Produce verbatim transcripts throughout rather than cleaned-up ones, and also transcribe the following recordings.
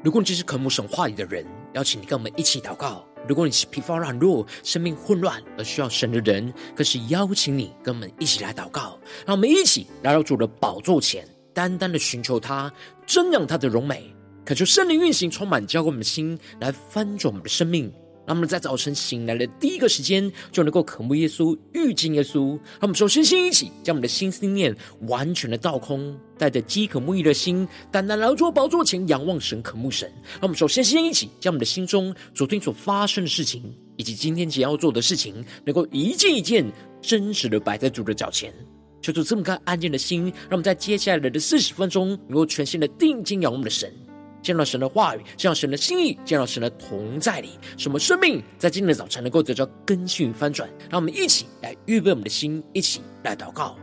如果你只是渴慕神话语的人，邀请你跟我们一起祷告。如果你是疲乏软弱、生命混乱而需要神的人，更是邀请你跟我们一起来祷告。让我们一起来到主的宝座前，单单的寻求他，瞻仰他的荣美，恳求圣灵运行充满浇灌我们的心，来翻转我们的生命。让我们在早晨醒来的第一个时间就能够渴慕耶稣，遇见耶稣。让我们首先先一起将我们的心思念完全的倒空，带着饥渴沐浴的心，单单来到宝座前仰望神，渴慕神。让我们首先先一起将我们的心中昨天所发生的事情，以及今天即将要做的事情，能够一件一件真实的摆在主的脚前。求主这么颗安静的心，让我们在接下来的四十分钟能够全心的定睛仰望我们的神，见到神的话语，见到神的心意，见到神的同在里，使我们生命在今天的早晨能够得到更新与翻转。让我们一起来预备我们的心，一起来祷告。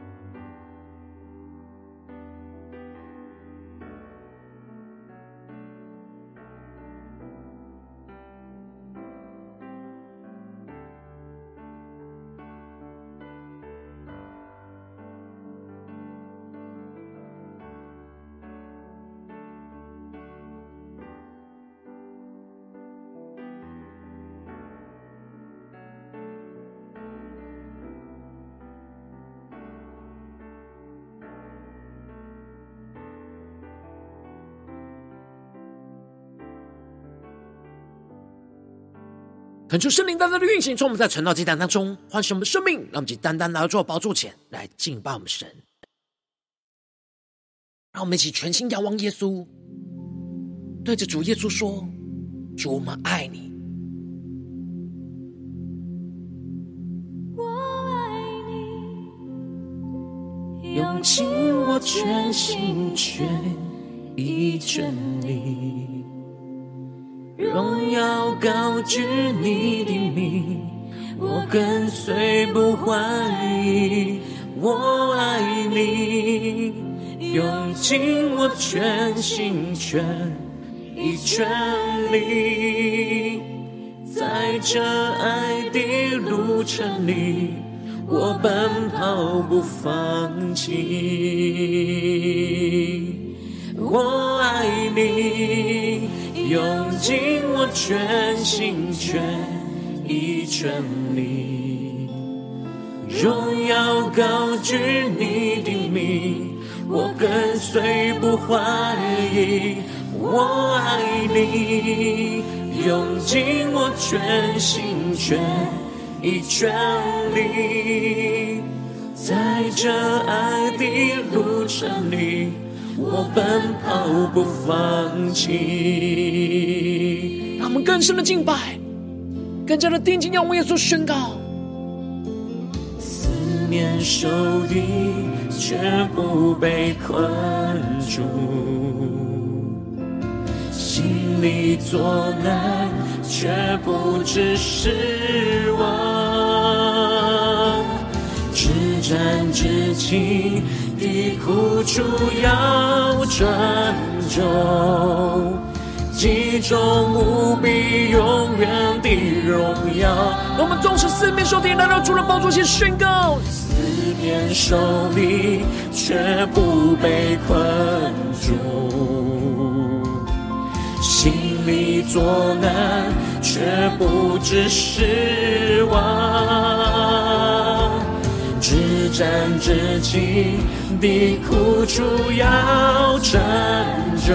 恳求圣灵单单的运行，从我们在晨祷祭坛当中唤醒我们的生命，让我们一起单单来到宝座前来敬拜我们神。让我们一起全心仰望耶稣，对着主耶稣说：主，我们爱你。 我爱你，用尽我全心全意全力，荣耀高举你的名，我跟随不怀疑。我爱你，用尽我全心全意全力，在这爱的路程里，我奔跑不放弃。我爱你，用尽我全心全意全力，荣耀高举你的名，我跟随不怀疑。我爱你，用尽我全心全意全力，在这爱的路程里，我奔跑不放弃。 让我们更深的敬拜，更加的定睛仰望耶稣，宣告： 四面受敌，却不被困住；心里作难，却不致失望。至战至情的苦楚要拯救，集中无比永远的荣耀。 我们纵使四面受敌，来到主的宝座前宣告： 四面受敌，却不被困住；心里作难，却不致失望。至战至情的苦楚要拯救，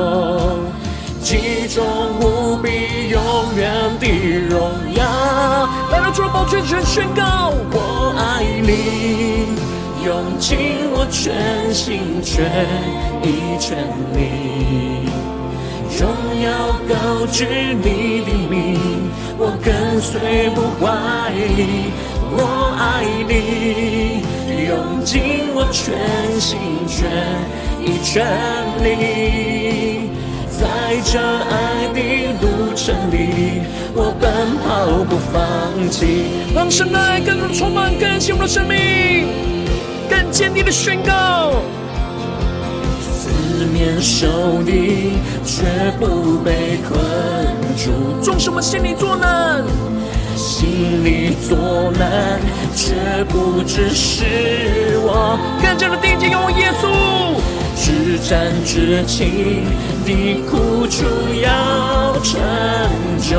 集中无比永远的荣耀。 来到主的宝座前宣告： 我爱你，用尽我全心全意全力，荣耀高举你的名，我跟随不怀疑。我爱你，用尽我全心全意全力，在这爱的路程里，我奔跑不放弃。 让神的爱更多充满更新我们的生命，更坚定的宣告： 四面受敌，却不被困住； 纵使我们心里作难， 心里作难，却不致失望。 更加的定睛仰望耶稣， 至战至情的苦楚要成就，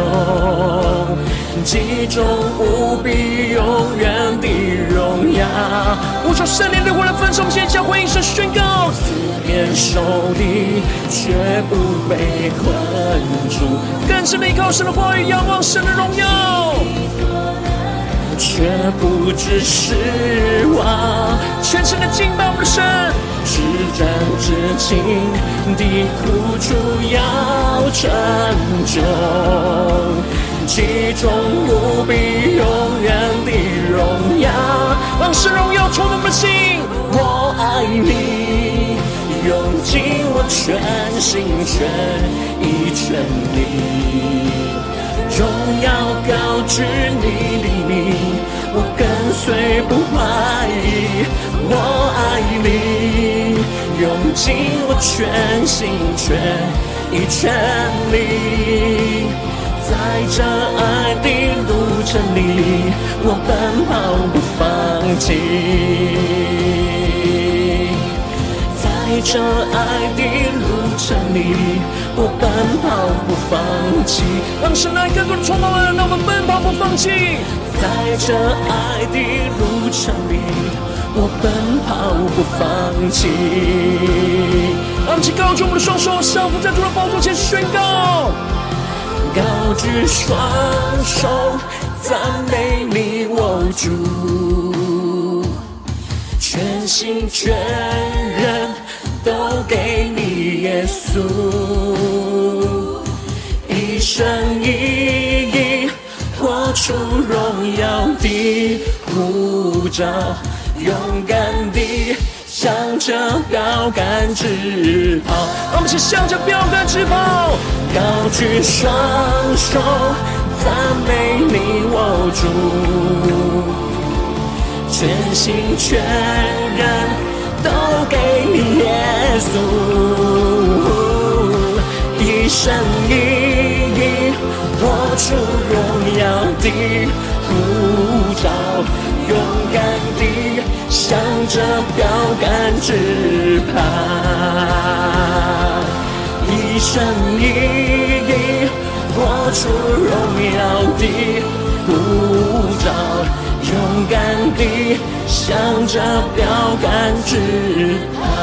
其中无比永远的荣耀。 呼求圣灵的火来焚烧，我们现在将回应神宣告： 四面受敌，却不被困住， 更深的依靠神的话语，仰望神的荣耀， 却不知失望。 全身的敬拜我们的神， 至战至情的苦楚要成就，其中无比永远的荣耀。 让神荣耀充满我们的心。 我爱你，用尽我全心全意全力，荣耀高举你的名，我跟随不怀疑。我爱你，用尽我全心全意全力，在这爱的路程里，我奔跑不放弃。在这爱的路程里，我奔跑不放弃。 让神来更多的充满我们，让我们奔跑不放弃。 在这爱的路程里，我奔跑不放弃。 让我们一起高举我们的双手，降服在主的宝座前宣告。 高举双手，赞美你我主，全心全人都给你耶稣，一生一意活出荣耀的呼召，勇敢地向着标杆直跑。 让我们一起向着标杆直跑， 高举双手，赞美你我主，全心全人都给你耶稣，一生一意活出荣耀的呼召，勇敢地向着标杆直跑，一生一意活出荣耀的呼召，勇敢地向着标杆直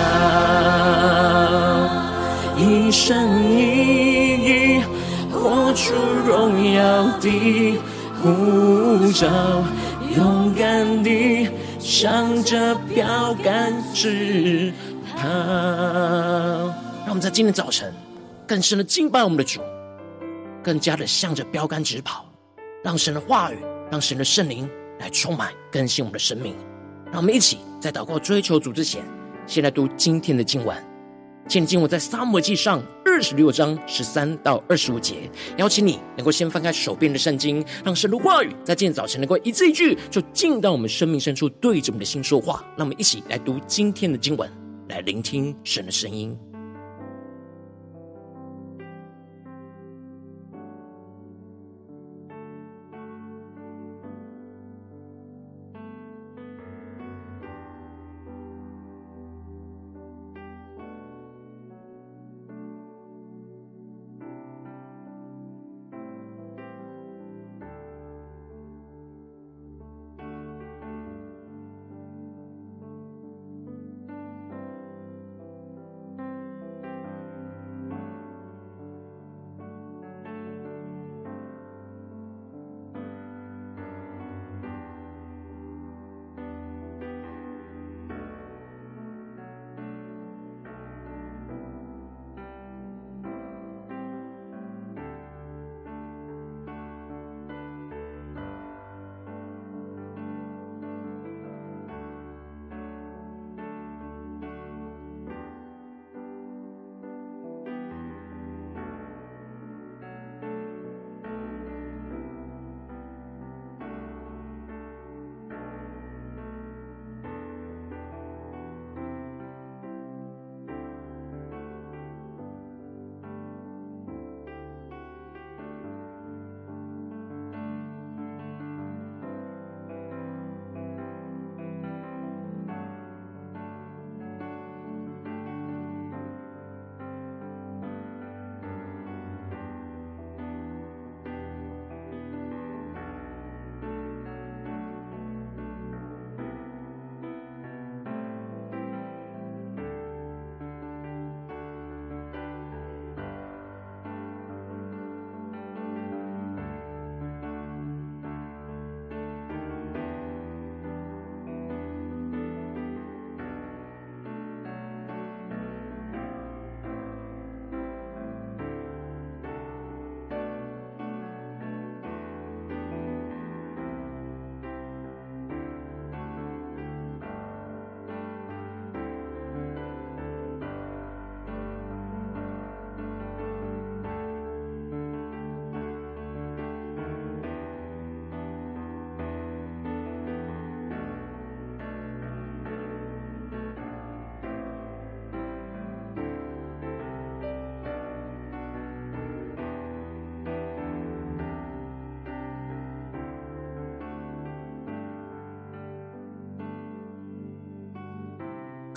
跑，一生一意活出荣耀的呼召，勇敢地向着标杆直跑。 让我们在今天早晨更深的敬拜我们的主，更加的向着标杆直跑，让神的话语，让神的圣灵来充满更新我们的生命。让我们一起在祷告追求主之前，先来读今天的经文。今天经文在撒母耳记上二十六章十三到二十五节。邀请你能够先翻开手边的圣经，让神的话语在今天早晨能够一字一句就进到我们生命深处，对着我们的心说话。让我们一起来读今天的经文，来聆听神的声音。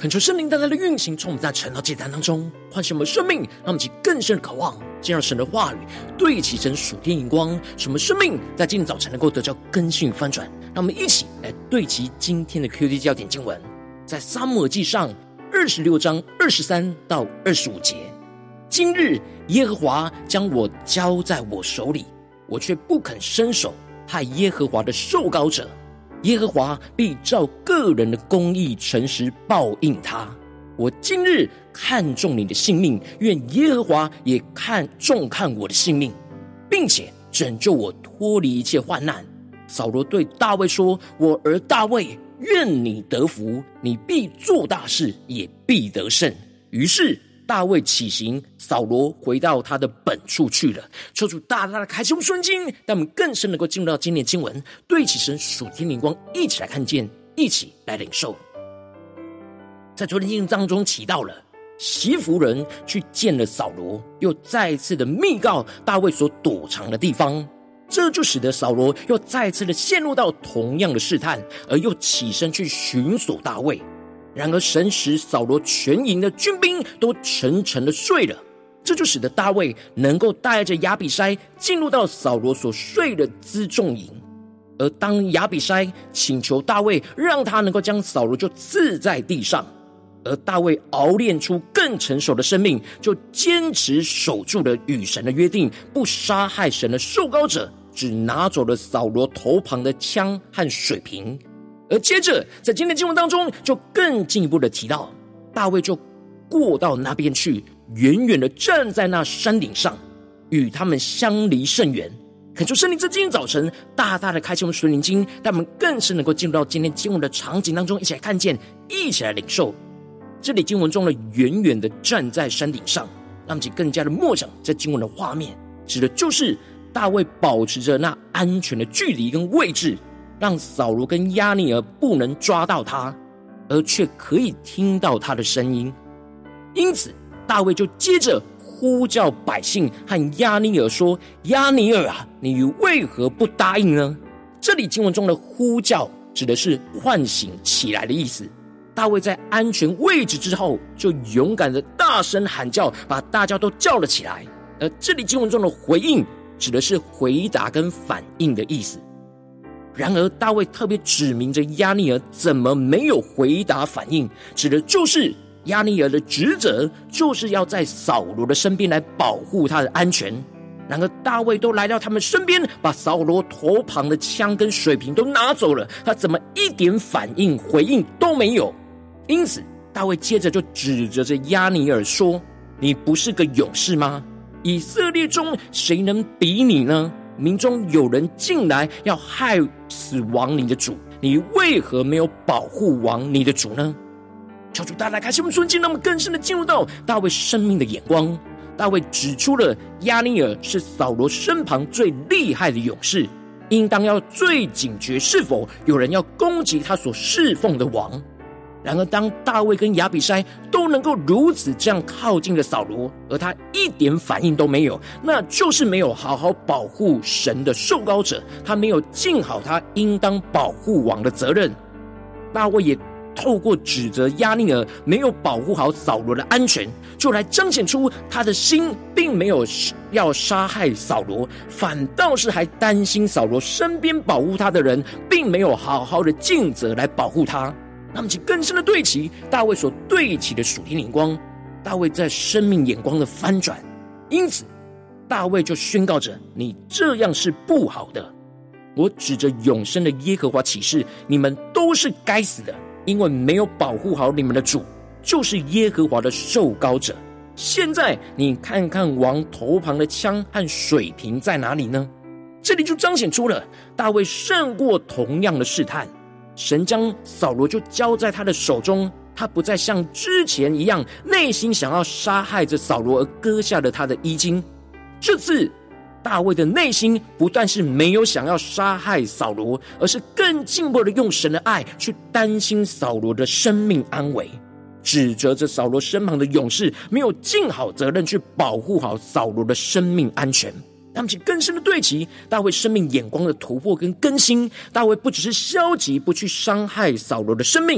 恳求圣灵带来的运行，从我们在晨祷祭坛当中唤醒我们的生命，让我们起更深的渴望，进入神的话语，对齐神属天荧光，使我们生命在今天早晨能够得到更新与翻转。让我们一起来对齐今天的 Q D 焦点经文，在撒母耳记上二十六章二十三到二十五节。今日耶和华将我交在我手里，我却不肯伸手害耶和华的受膏者，耶和华必照个人的公义诚实报应他。我今日看重你的性命，愿耶和华也看重看我的性命，并且拯救我脱离一切患难。扫罗对大卫说：我儿大卫，愿你得福，你必做大事，也必得胜。于是大卫起行，扫罗回到他的本处去了。求主大大的开启我们顺经，让我们更深能够进入到今天的经文，对齐神属天灵光，一起来看见，一起来领受。在昨天经文当中提到了西弗人去见了扫罗，又再一次的密告大卫所躲藏的地方，这就使得扫罗又再次的陷入到同样的试探，而又起身去寻索大卫。然而神使扫罗全营的军兵都沉沉的睡了，这就使得大卫能够带着亚比筛进入到扫罗所睡的辎重营。而当亚比筛请求大卫让他能够将扫罗就刺在地上，而大卫熬炼出更成熟的生命，就坚持守住了与神的约定，不杀害神的受膏者，只拿走了扫罗头旁的枪和水瓶。而接着在今天的经文当中就更进一步的提到，大卫就过到那边去，远远的站在那山顶上，与他们相离甚远。恳求圣灵在今天早晨大大的开启我们属灵经，让我们更是能够进入到今天经文的场景当中，一起来看见，一起来领受。这里经文中的远远的站在山顶上，让我们更加的默想在经文的画面，指的就是大卫保持着那安全的距离跟位置，让扫罗跟押尼珥不能抓到他，而却可以听到他的声音。因此大卫就接着呼叫百姓和押尼珥说：押尼珥啊，你为何不答应呢？这里经文中的呼叫指的是唤醒起来的意思。大卫在安全位置之后，就勇敢的大声喊叫，把大家都叫了起来。而这里经文中的回应指的是回答跟反应的意思。然而大卫特别指明着押尼珥怎么没有回答反应，指的就是押尼珥的职责就是要在扫罗的身边来保护他的安全。然而大卫都来到他们身边，把扫罗头旁的枪跟水瓶都拿走了，他怎么一点反应回应都没有？因此大卫接着就指着这押尼珥说：你不是个勇士吗？以色列中谁能比你呢？民中有人进来要害死王你的主，你为何没有保护王你的主呢？求主大大开启我们顺境，让我们更深的进入到大卫生命的眼光。大卫指出了押尼珥是扫罗身旁最厉害的勇士，应当要最警觉是否有人要攻击他所侍奉的王。然而当大卫跟亚比筛都能够如此这样靠近了扫罗，而他一点反应都没有，那就是没有好好保护神的受膏者，他没有尽好他应当保护王的责任。大卫也透过指责押尼珥没有保护好扫罗的安全，就来彰显出他的心并没有要杀害扫罗，反倒是还担心扫罗身边保护他的人并没有好好的尽责来保护他。那么，请更深的对齐大卫所对齐的属天灵光，大卫在生命眼光的翻转。因此大卫就宣告着：你这样是不好的，我指着永生的耶和华起誓，你们都是该死的，因为没有保护好你们的主，就是耶和华的受膏者。现在你看看王头旁的枪和水瓶在哪里呢？这里就彰显出了大卫胜过同样的试探，神将扫罗就交在他的手中，他不再像之前一样内心想要杀害着扫罗而割下了他的衣襟。这次大卫的内心不但是没有想要杀害扫罗，而是更进一步的用神的爱去担心扫罗的生命安危，指责着扫罗身旁的勇士没有尽好责任去保护好扫罗的生命安全。他们更深的对齐大卫生命眼光的突破跟更新。大卫不只是消极不去伤害扫罗的生命，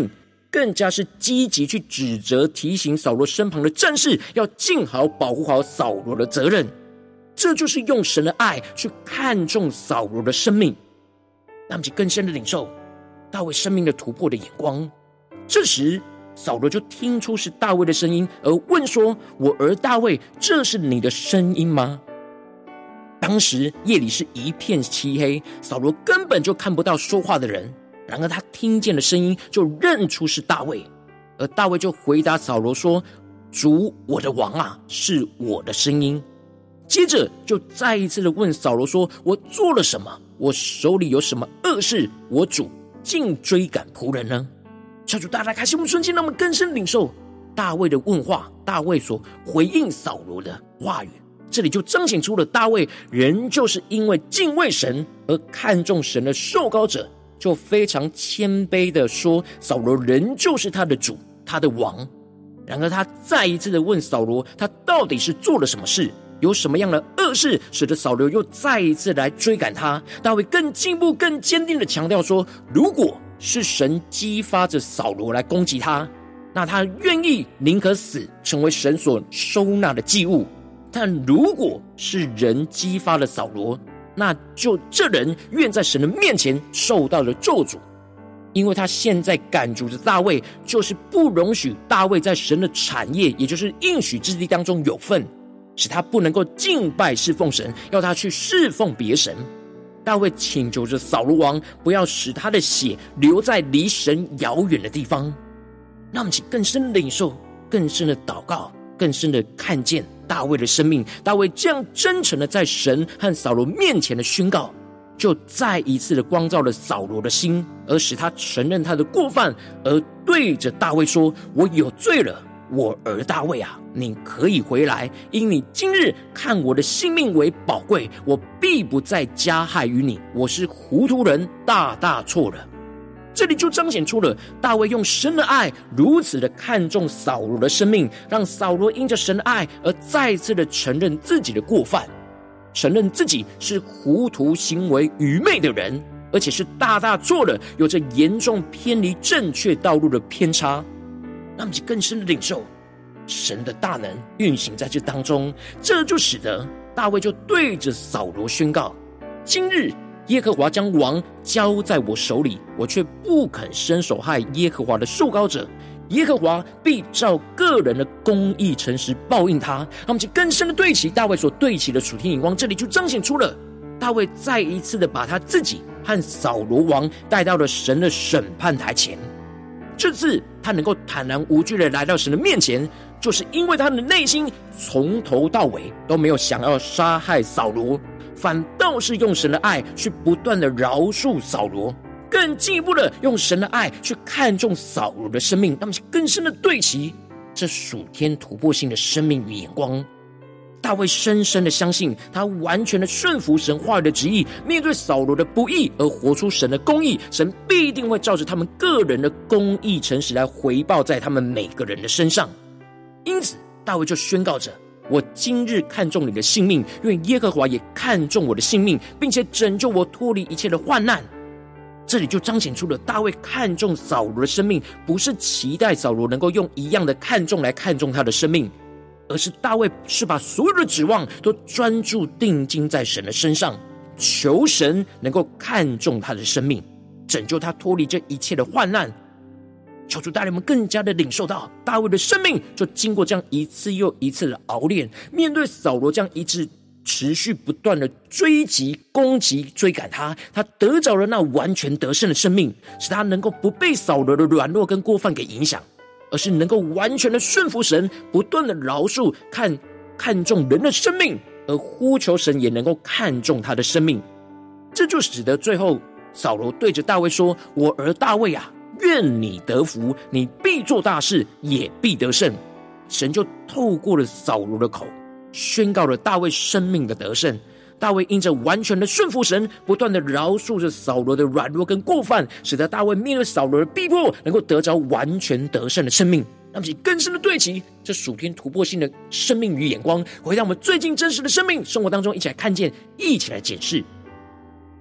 更加是积极去指责提醒扫罗身旁的战士要尽好保护好扫罗的责任。这就是用神的爱去看重扫罗的生命，让我们更深的领受大卫生命的突破的眼光。这时扫罗就听出是大卫的声音，而问说：我儿大卫，这是你的声音吗？当时夜里是一片漆黑，扫罗根本就看不到说话的人，然而他听见了声音，就认出是大卫。而大卫就回答扫罗说：主我的王啊，是我的声音。接着就再一次的问扫罗说：我做了什么？我手里有什么恶事？我主竟追赶仆人呢？求主大大开心我们瞬间，让我们更深领受大卫的问话，大卫所回应扫罗的话语。这里就彰显出了大卫仍旧是因为敬畏神而看重神的受膏者，就非常谦卑的说扫罗仍旧是他的主，他的王。然而他再一次的问扫罗，他到底是做了什么事，有什么样的恶事使得扫罗又再一次来追赶他。大卫更进一步更坚定的强调说，如果是神激发着扫罗来攻击他，那他愿意宁可死，成为神所收纳的祭物。但如果是人激发了扫罗，那就这人愿在神的面前受到了咒诅，因为他现在赶逐着大卫，就是不容许大卫在神的产业，也就是应许之地当中有份，使他不能够敬拜侍奉神，要他去侍奉别神。大卫请求着扫罗王不要使他的血留在离神遥远的地方。让我们请更深的领受，更深的祷告，更深的看见大卫的生命。大卫这样真诚的在神和扫罗面前的宣告，就再一次的光照了扫罗的心，而使他承认他的过犯，而对着大卫说：我有罪了，我儿大卫啊，你可以回来，因你今日看我的性命为宝贵，我必不再加害于你，我是糊涂人，大大错了。这里就彰显出了大卫用神的爱如此的看重扫罗的生命，让扫罗因着神的爱而再次的承认自己的过犯，承认自己是糊涂行为愚昧的人，而且是大大错了，有着严重偏离正确道路的偏差。让我们更深的领受神的大能运行在这当中。这就使得大卫就对着扫罗宣告：今日耶和华将王交在我手里，我却不肯伸手害耶和华的受膏者，耶和华必照个人的公义诚实报应他。让我们更深的对齐大卫所对齐的属天眼光。这里就彰显出了大卫再一次的把他自己和扫罗王带到了神的审判台前。这次他能够坦然无惧的来到神的面前，就是因为他的内心从头到尾都没有想要杀害扫罗，反倒是用神的爱去不断的饶恕扫罗，更进一步的用神的爱去看重扫罗的生命，让我们更深的对齐这属天突破性的生命与眼光。大卫深深的相信，他完全的顺服神话语的旨意，面对扫罗的不义而活出神的公义，神必定会照着他们个人的公义诚实来回报在他们每个人的身上。因此大卫就宣告着：我今日看重你的性命，愿耶和华也看重我的性命，并且拯救我脱离一切的患难。这里就彰显出了大卫看重扫罗的生命，不是期待扫罗能够用一样的看重来看重他的生命，而是大卫是把所有的指望都专注定睛在神的身上，求神能够看重他的生命，拯救他脱离这一切的患难。求主带领我们更加的领受到大卫的生命就经过这样一次又一次的熬炼，面对扫罗这样一直持续不断的追击攻击追赶他，他得着了那完全得胜的生命，使他能够不被扫罗的软弱跟过犯给影响，而是能够完全的顺服神，不断的饶恕，看看重人的生命，而呼求神也能够看重他的生命。这就使得最后扫罗对着大卫说：我儿大卫啊，愿你得福，你必做大事，也必得胜。神就透过了扫罗的口宣告了大卫生命的得胜。大卫因着完全的顺服神，不断的饶恕着扫罗的软弱跟过犯，使得大卫面对扫罗的逼迫，能够得着完全得胜的生命。让我们更深的对齐这属天突破性的生命与眼光，回到我们最近真实的生命生活当中，一起来看见，一起来检视。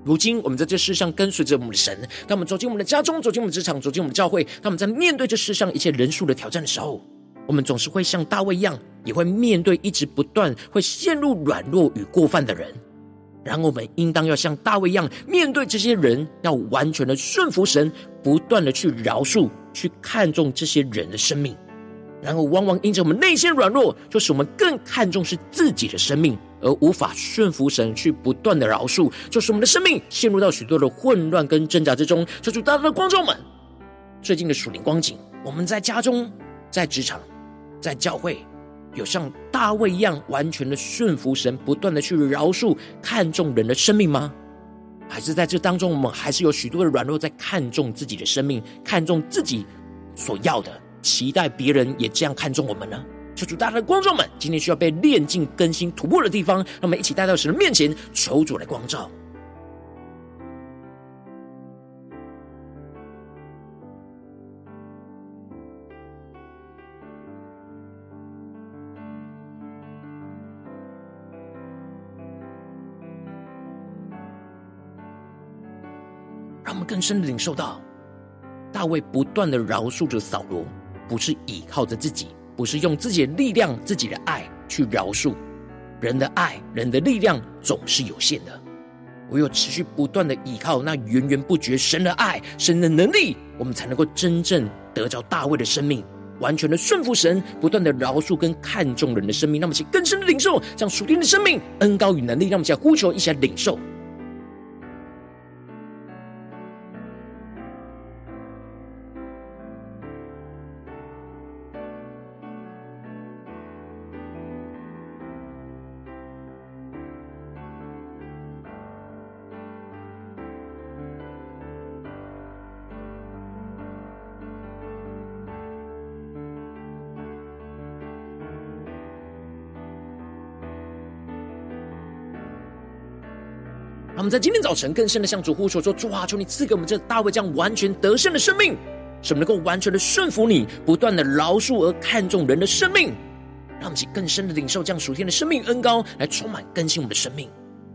如今我们在这世上跟随着我们的神，当我们走进我们的家中，走进我们的职场，走进我们的教会，当我们在面对这世上一切人数的挑战的时候，我们总是会像大卫一样，也会面对一直不断会陷入软弱与过犯的人。然后我们应当要像大卫一样，面对这些人，要完全的顺服神，不断的去饶恕，去看重这些人的生命。然后往往因着我们内心软弱，就使我们更看重是自己的生命，而无法顺服神去不断的饶恕，就使我们的生命陷入到许多的混乱跟挣扎之中。求主大大的光照们最近的属灵光景，我们在家中、在职场、在教会，有像大卫一样完全的顺服神，不断的去饶恕看重人的生命吗？还是在这当中，我们还是有许多的软弱，在看重自己的生命，看重自己所要的，期待别人也这样看重我们呢？求主大大的光照们今天需要被炼净、更新、突破的地方，让我们一起带到神的面前，求主来光照。让我们更深的领受到大卫不断的饶恕着扫罗，不是倚靠着自己，不是用自己的力量、自己的爱去饶恕。人的爱、人的力量总是有限的，唯有持续不断的倚靠那源源不绝神的爱、神的能力，我们才能够真正得着大卫的生命，完全的顺服神，不断的饶恕跟看重人的生命。让我们一起更深的领受这样属天的生命恩膏与能力，让我们一起来呼求，一起来领受。让我们在今天早晨更深的向主呼求说，主啊，求你赐给我们这大卫这样完全得胜的生命，使我们能够完全的顺服你，不断的饶恕而看重人的生命。让我们一起更深的领受这样属天的生命恩膏，来充满更新我们的生命。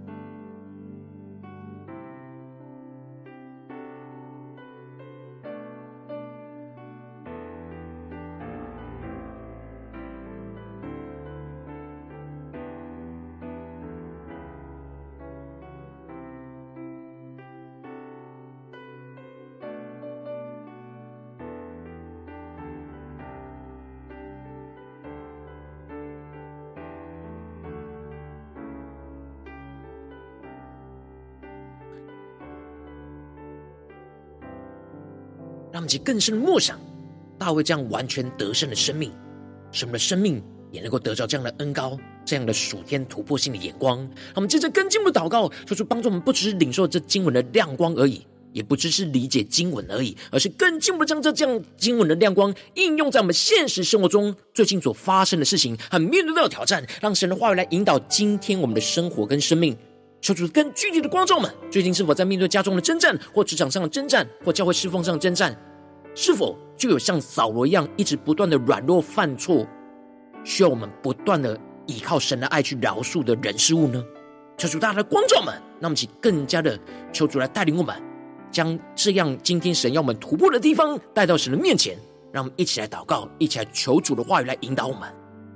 让我们一起更深的默想大卫这样完全得胜的生命，使我们的生命也能够得到这样的恩膏，这样的属天突破性的眼光。让我们接着更进一步的祷告，求主帮助我们，不只是领受这经文的亮光而已，也不只是理解经文而已，而是更进一步的将这这样经文的亮光应用在我们现实生活中最近所发生的事情和面对到的挑战，让神的话语来引导今天我们的生活跟生命。求主更具体的光照们，最近是否在面对家中的征战，或职场上的征战，或教会侍奉上的征战，是否就有像扫罗一样一直不断的软弱犯错，需要我们不断的依靠神的爱去饶恕的人事物呢？求主大家的光照们，让我们一起更加的求主来带领我们，将这样今天神要我们突破的地方带到神的面前，让我们一起来祷告，一起来求主的话语来引导我们。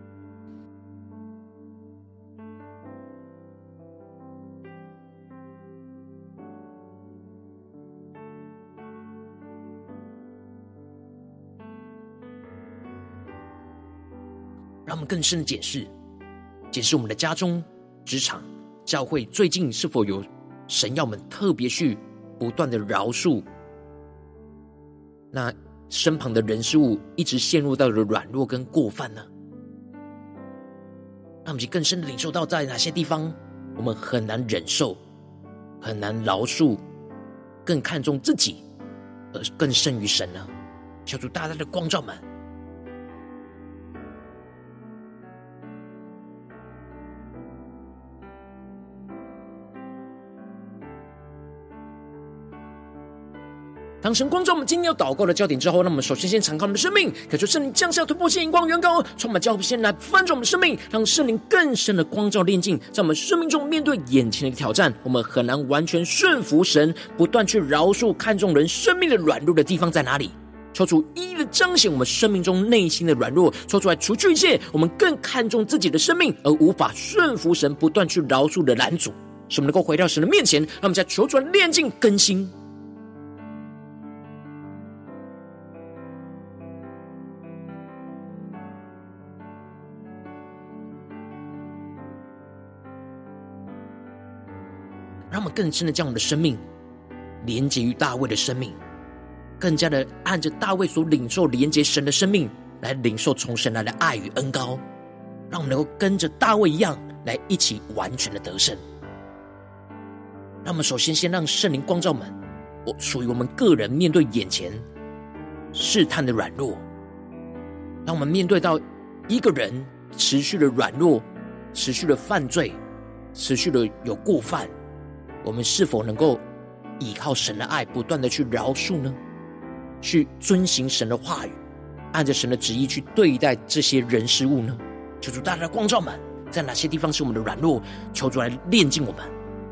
让我们更深的检视检视我们的家中、职场、教会，最近是否有神要我们特别去不断的饶恕那身旁的人事物，一直陷入到了软弱跟过犯呢？让我们去更深的领受到，在哪些地方我们很难忍受、很难饶恕，更看重自己而更胜于神呢？求主大大的光照们。 当神光照我们今天要祷告的焦点之后，让我们首先先敞开我们的生命，恳求圣灵降下突破性眼光远高，充满教会先来翻转我们的生命，让圣灵更深的光照炼净，在我们生命中面对眼前的挑战，我们很难完全顺服神，不断去饶恕看重人生命的软弱的地方在哪里。求主一一的彰显我们生命中内心的软弱，求主来除去一切我们更看重自己的生命而无法顺服神不断去饶恕的拦阻，使我们能够回到神的面前，让我们在求主来炼净更新。让我们更深的将我们的生命连结于大卫的生命，更加的按着大卫所领受连结神的生命来领受从神来的爱与恩膏，让我们能够跟着大卫一样来一起完全的得胜。让我们首先先让圣灵光照我们，我属于我们个人面对眼前试探的软弱，让我们面对到一个人持续的软弱，持续的犯罪，持续的有过犯，我们是否能够依靠神的爱不断的去饶恕呢？去遵行神的话语，按着神的旨意去对待这些人事物呢？求主大大的光照们，在哪些地方是我们的软弱，求主来炼净我们。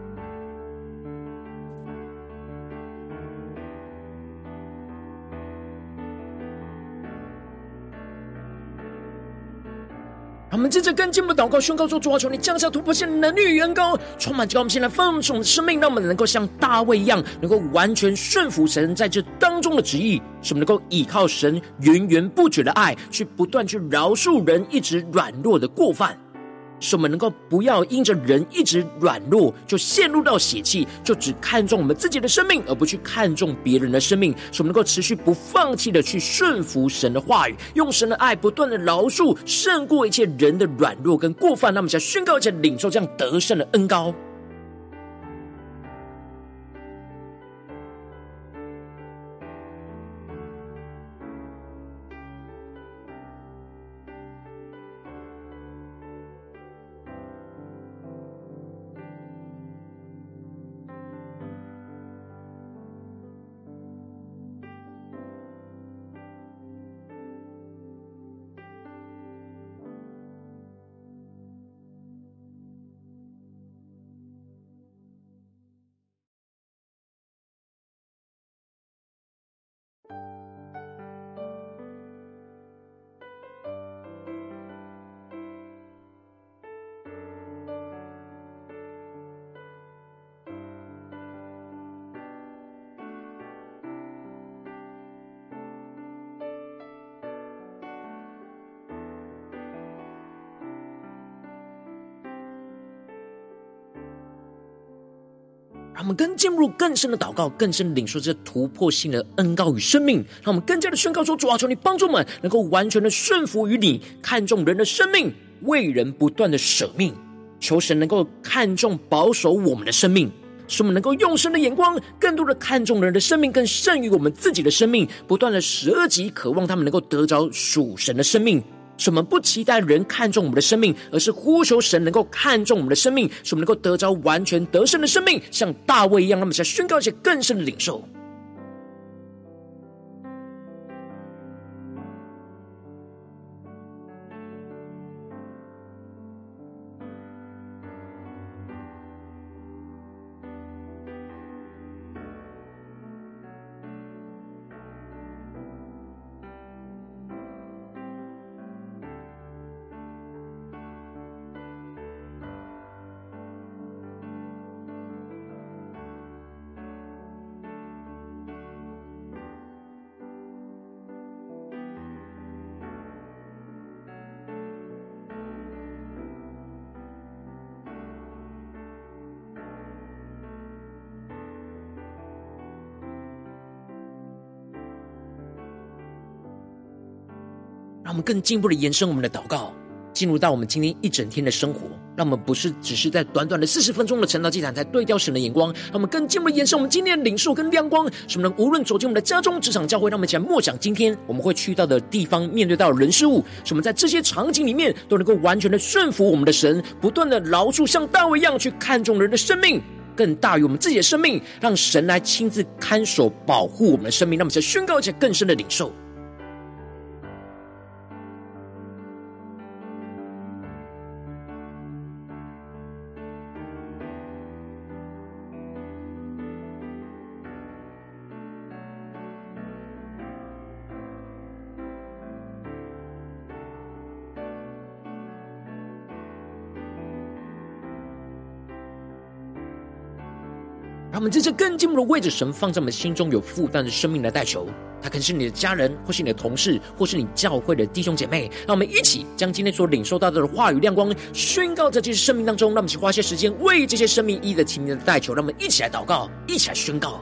我们接着跟进我们的祷告宣告说，主啊，求你降下突破性的能力与恩膏，充满着我们现在丰盛的生命，让我们能够像大卫一样，能够完全顺服神在这当中的旨意，使我们能够依靠神源源不绝的爱，去不断去饶恕人一直软弱的过犯，使我们能够不要因着人一直软弱就陷入到血气，就只看重我们自己的生命，而不去看重别人的生命，使我们能够持续不放弃的去顺服神的话语，用神的爱不断的饶恕，胜过一切人的软弱跟过犯。那么想宣告一下，领受这样得胜的恩膏。让我们更进入更深的祷告，更深的领受这突破性的恩膏与生命，让我们更加的宣告说，主啊，求你帮助我们能够完全的顺服于你，看重人的生命，为人不断的舍命，求神能够看重保守我们的生命，使我们能够用神的眼光更多的看重人的生命，更胜于我们自己的生命，不断的舍己，渴望他们能够得着属神的生命，使我们不期待人看重我们的生命，而是呼求神能够看重我们的生命，使我们能够得着完全得胜的生命，像大卫一样。让我们再宣告一些更深的领受。让我们更进一步的延伸我们的祷告，进入到我们今天一整天的生活，让我们不是只是在短短的四十分钟的晨祷祭坛才对调神的眼光，让我们更进一步的延伸我们今天的领受跟亮光，使我们能无论走进我们的家中、职场、教会，让我们一起来默想今天我们会去到的地方，面对到人事物，使我们在这些场景里面都能够完全的顺服我们的神，不断的饶恕，像大卫一样去看重人的生命，更更大于我们自己的生命，让神来亲自看守保护我们的生命。让我们再宣告一些更深的领受。让我们在这更进一步的为着神放在我们心中有负担的生命来代求。他可能是你的家人，或是你的同事，或是你教会的弟兄姐妹。让我们一起将今天所领受到的话语亮光宣告在这些生命当中。让我们一起花些时间为这些生命一一的提名的代求。让我们一起来祷告，一起来宣告。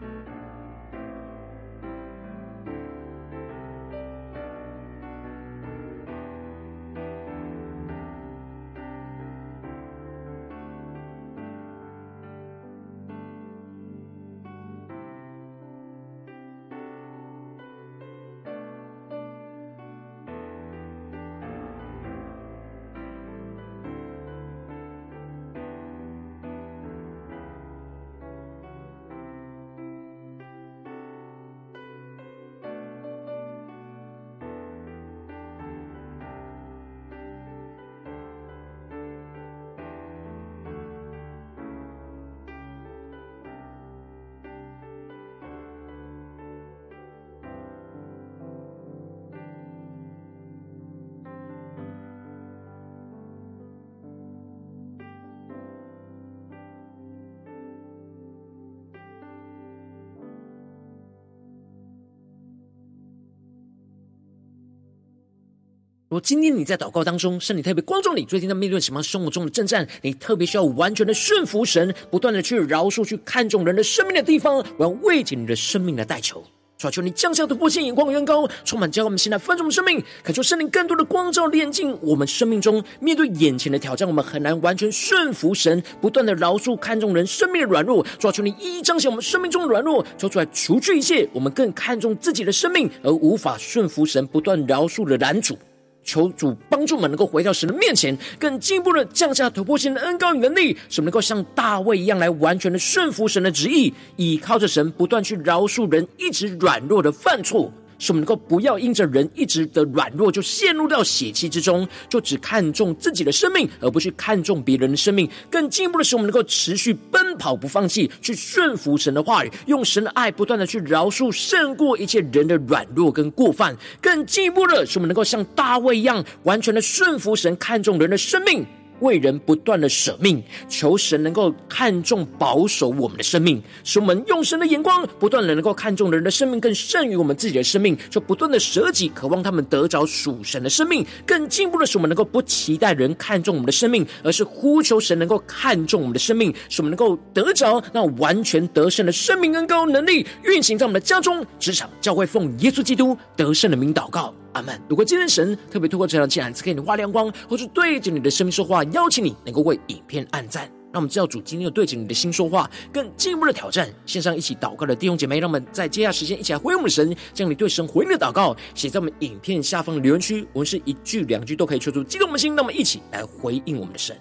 如果今天你在祷告当中，圣灵特别光照你，最近在面对什么生活中的征战，你特别需要完全的顺服神，不断的去饶恕、去看重人的生命的地方，我要为着你的生命来代求。主啊，求你降下突破性眼光远高，充满浇灌我们现在分盛的生命，恳求圣灵更多的光照炼净我们生命中面对眼前的挑战，我们很难完全顺服神，不断的饶恕看重人生命的软弱。主啊，求你一一彰显我们生命中的软弱，求出来除去一切我们更看重自己的生命而无法顺服神不断饶恕的拦阻。求主帮助我们能够回到神的面前，更进一步的降下突破性的恩膏与能力，使我们能够像大卫一样来完全的顺服神的旨意，倚靠着神不断去饶恕人一直软弱的犯错，使我们能够不要因着人一直的软弱就陷入到血气之中，就只看重自己的生命而不去看重别人的生命。更进一步的使我们能够持续奔跑不放弃，去顺服神的话语，用神的爱不断的去饶恕胜过一切人的软弱跟过犯。更进一步的使我们能够像大卫一样完全的顺服神，看重人的生命，为人不断的舍命，求神能够看重保守我们的生命，使我们用神的眼光不断的能够看重人的生命更胜于我们自己的生命，就不断的舍己，渴望他们得着属神的生命。更进一步的使我们能够不期待人看重我们的生命，而是呼求神能够看重我们的生命，使我们能够得着那完全得胜的生命恩膏能力，运行在我们的家中、职场、教会，奉耶稣基督得胜的名祷告，阿们。如果今天神特别透过这条经文赐给你发亮光，或是对着你的生命说话，邀请你能够为影片按赞。让我们知道主今天有对着你的心说话，更进一步的挑战。线上一起祷告的弟兄姐妹，让我们在接下来时间一起来回应我们的神，将你对神回应的祷告写在我们影片下方的留言区，我们是一句两句都可以说出激动我们的心。让我们一起来回应我们的神。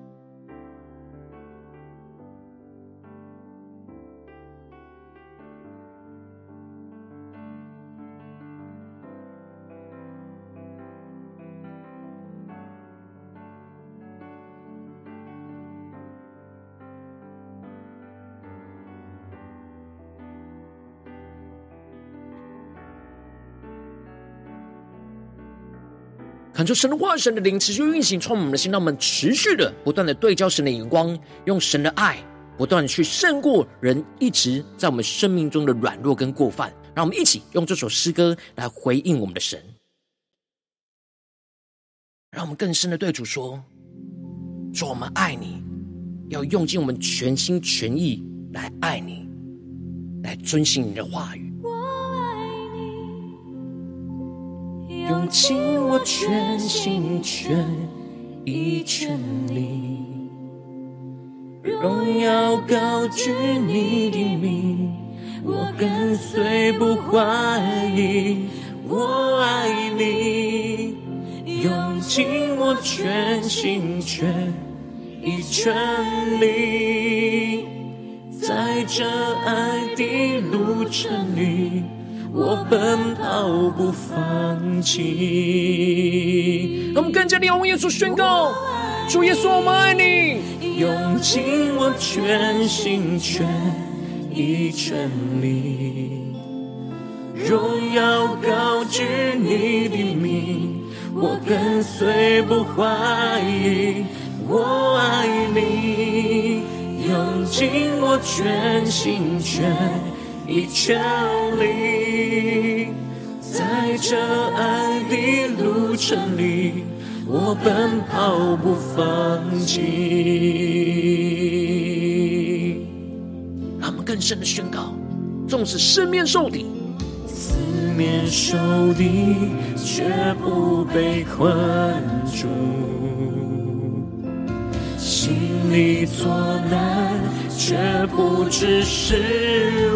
恳求神的话语、神的灵持续运行，充满我们的心，让我们持续的不断的对焦神的眼光，用神的爱不断的去胜过人一直在我们生命中的软弱跟过犯。让我们一起用这首诗歌来回应我们的神，让我们更深的对主说：主，我们爱你，要用尽我们全心全意来爱你，来遵行你的话语。 用尽我全心全意全力，荣耀高举你的名，我跟随不怀疑。我爱你，用尽我全心全意全力， 在这爱的路程里，我奔跑不放弃。 让我们更加的用耶稣宣告：主耶稣，我们爱你， 用尽我全心全意全力，荣耀高举你的名，我跟随不怀疑。我爱你，用尽我全心全意全力，在这爱的路程里，我奔跑不放弃。 让我们更深的宣告：纵使四面受敌， 四面受敌，却不被困住，心里作难，却不致失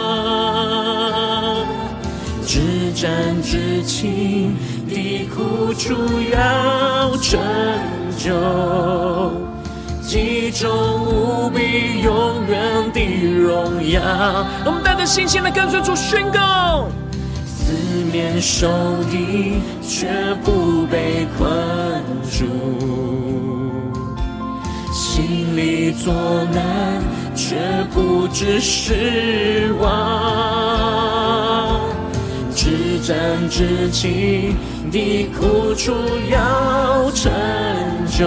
望，至战至情的苦楚要成就，集中无比永远的荣耀。 我们带着信心来跟随主宣告： 四面受敌，却不被困住，心里作难，却不致失望，至战至情的苦楚要成就，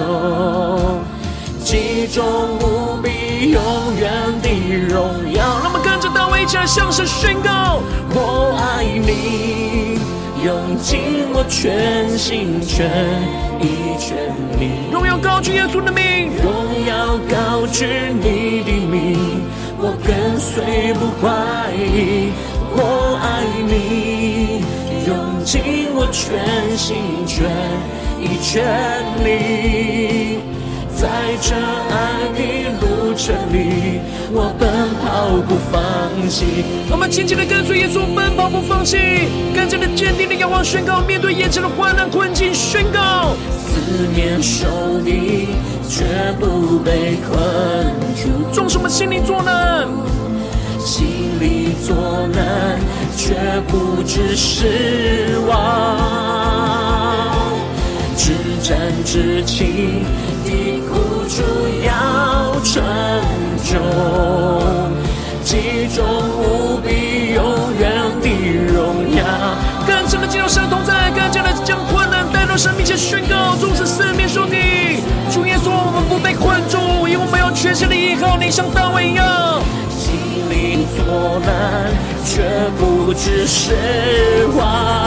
集中无比永远的荣耀。 让我们跟着大卫一起来向神宣告： 我爱你，用尽我全心全意全力， 荣耀高举耶稣的名， 荣耀高举你的名，我跟随不怀疑。我爱你，用尽我全心全意全力，在这爱的路程里，我奔跑不放弃。 我们紧紧的跟随耶稣奔跑不放弃，更加的坚定的仰望宣告，面对眼前的患难困境宣告： 四面受敌，却不被困住， 纵使我们心里作难， 心里作难，却不致失望，至战至情的苦楚要成就，集中无比永远的荣耀。 更深的进入神的同在，更加的将困难带到神面前宣告：纵使四面受敌，主耶稣，我们不被困住，因为我们有全新的依靠你，像大卫一样。 心里作难，却不致失望，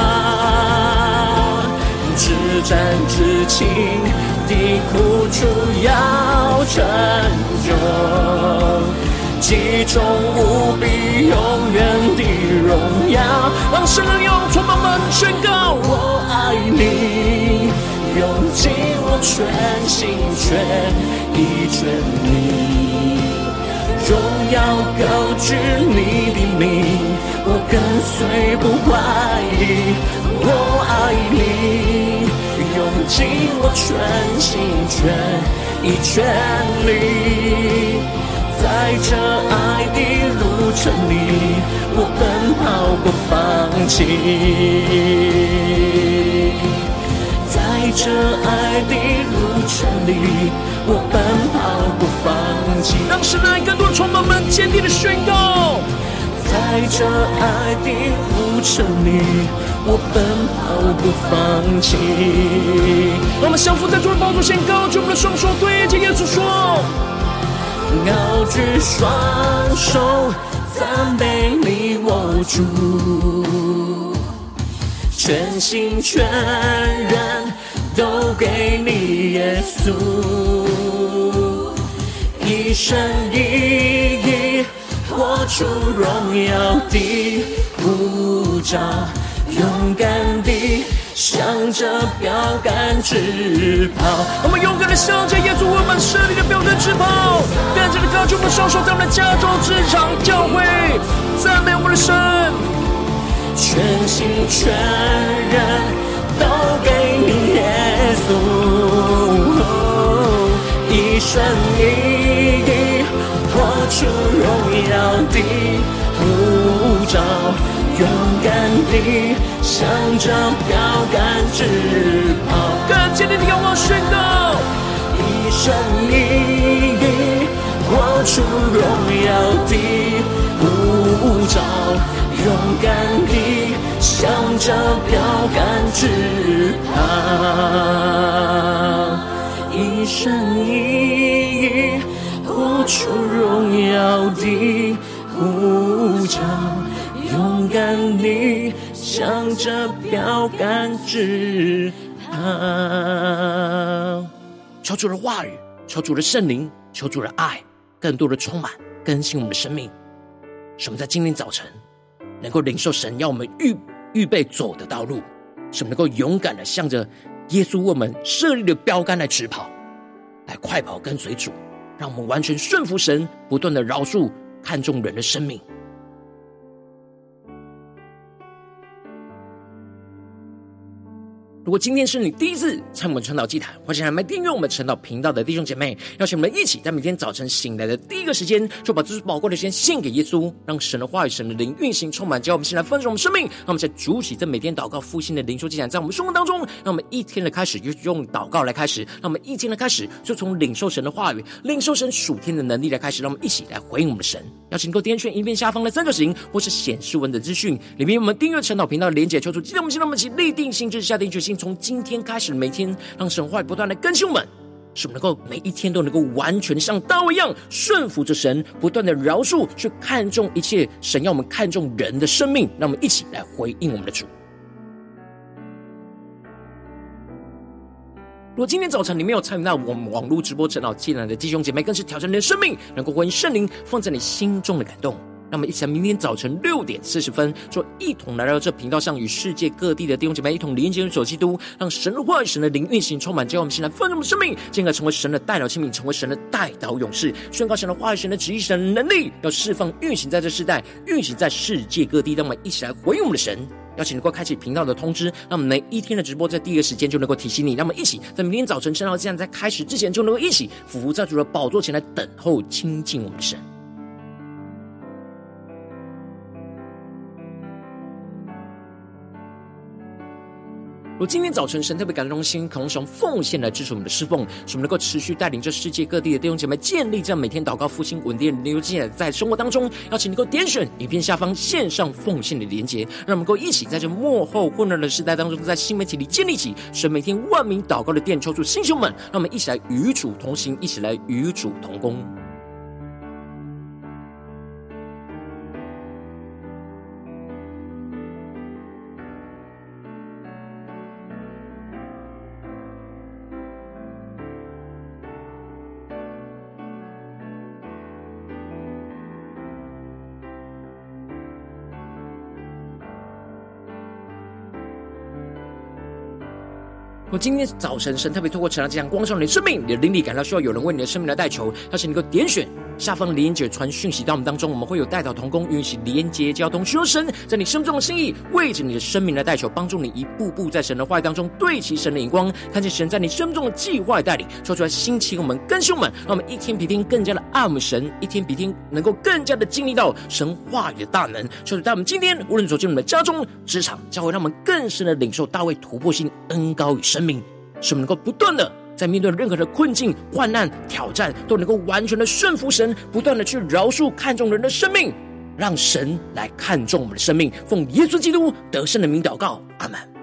至战至情的苦楚要成就，集中无比永远的荣耀。 让神的用充满们宣告： 我爱你，用尽我全心全意全力，荣耀高举你的名，我跟随不怀疑。我爱你，用尽我全心全意全力，在这爱的路程里，我奔跑不放弃。在这爱的路程里，我奔跑不放弃。 让神的爱更多的充满们坚定的宣告： 在这爱的路程里，我奔跑不放弃。 让我们相扶在主的宝座前，高举我们的双手，对着耶稣说： 高举双手，赞美你我主，全心全人都给你耶稣，一生一意活出荣耀的呼召，勇敢地向着标杆直跑。 我们勇敢地向着耶稣我们设立的标杆直跑，更加的高举我们的双手，在我们的家中、职场、教会，赞美我们的神， 全心全人都给你耶稣，一生一意活出荣耀的呼召，勇敢地向着标杆直跑， 更坚定的仰望宣告， 一生一意活出荣耀的呼召，勇敢地向着标杆直跑，一生一意活出荣耀的呼召，勇敢地向着标杆直跑。 求主的话语，求主的圣灵，求主的爱，更多的充满更新我们的生命，使我们在今天早晨能够领受神要我们预预备走的道路，使我们能够勇敢的向着耶稣为我们设立的标杆来直跑，来快跑跟随主，让我们完全顺服神，不断的饶恕看重人的生命。如果今天是你第一次参与我们晨祷祭坛，或者还没订阅我们晨祷频道的弟兄姐妹，邀请我们一起在每天早晨醒来的第一个时间，就把这宝贵的时间献给耶稣，让神的话语、神的灵运行充满，叫我们先来分盛我们生命。让我们在主起这每天祷告复兴的灵修祭坛，在我们生活当中，让我们一天的开始就用祷告来开始，让我们一天的开始就从领受神的话语、领受神属天的能力来开始，让我们一起来回应我们的神。邀请能够点选影片下方的三角形，或是显示文的资讯里面有我们订阅晨祷频道的连结，求主记得我们现在我们一起立定心志，下定决心，从今天开始每天让神话语不断的更新我们，使我们能够每一天都能够完全像大卫一样顺服着神，不断的饶恕，去看重一切神要我们看重人的生命。让我们一起来回应我们的主。如果今天早晨你没有参与到我们网络直播晨祷祭坛的弟兄姐妹，更是挑战你的生命，能够回应圣灵放在你心中的感动。那么一起在明天早晨六点四十分，就一同来到这频道上，与世界各地的弟兄姐妹一同连接主基督，让神的话语、神的灵运行充满，叫我们现在丰盛的生命，进而成为神的代表器皿，成为神的代祷勇士，宣告神的话语、神的旨意、神的能力，要释放运行在这世代，运行在世界各地。让我们一起来回应我们的神。邀请能够开启频道的通知，让我们每一天的直播在第一个时间就能够提醒你。让我们一起在明天早晨晨祷祭坛在开始之前，就能够一起俯伏在主的宝座前来等候亲近我们的神。如果今天早晨神特别感动心，可能使用奉献来支持我们的侍奉，使我们能够持续带领着世界各地的弟兄姐妹建立这样每天祷告复兴稳定的灵修祭坛，在生活当中，邀请能够点选影片下方线上奉献的连结，让我们能够一起在这末后混乱的时代当中，在新媒体里建立起神每天万名祷告的殿，抽出弟兄们，让我们一起来与主同行，一起来与主同工。我今天早晨神特别透过晨祷祭坛光照你的生命，你的灵力感到需要有人为你的生命来代求，邀请你能够点选下方的连结传讯息到我们当中，我们会有代祷同工与你一起连结交通，寻求神在你生命中的心意，为着你的生命来代求，帮助你一步步在神的话语当中对齐神的眼光，看见神在你生命中的计划带领，说出来兴起我们更新我们，让我们一天比一天更加的爱我们神，一天比一天能够更加的经历到神话语的大能。求主在我们今天无论走进我们的家中、职场、教会，让我们更深的领受大卫突破性恩膏与生命，使我们能够不断的在面对任何的困境、患难、挑战，都能够完全的顺服神，不断的去饶恕看重人的生命，让神来看重我们的生命。奉耶稣基督得胜的名祷告，阿们。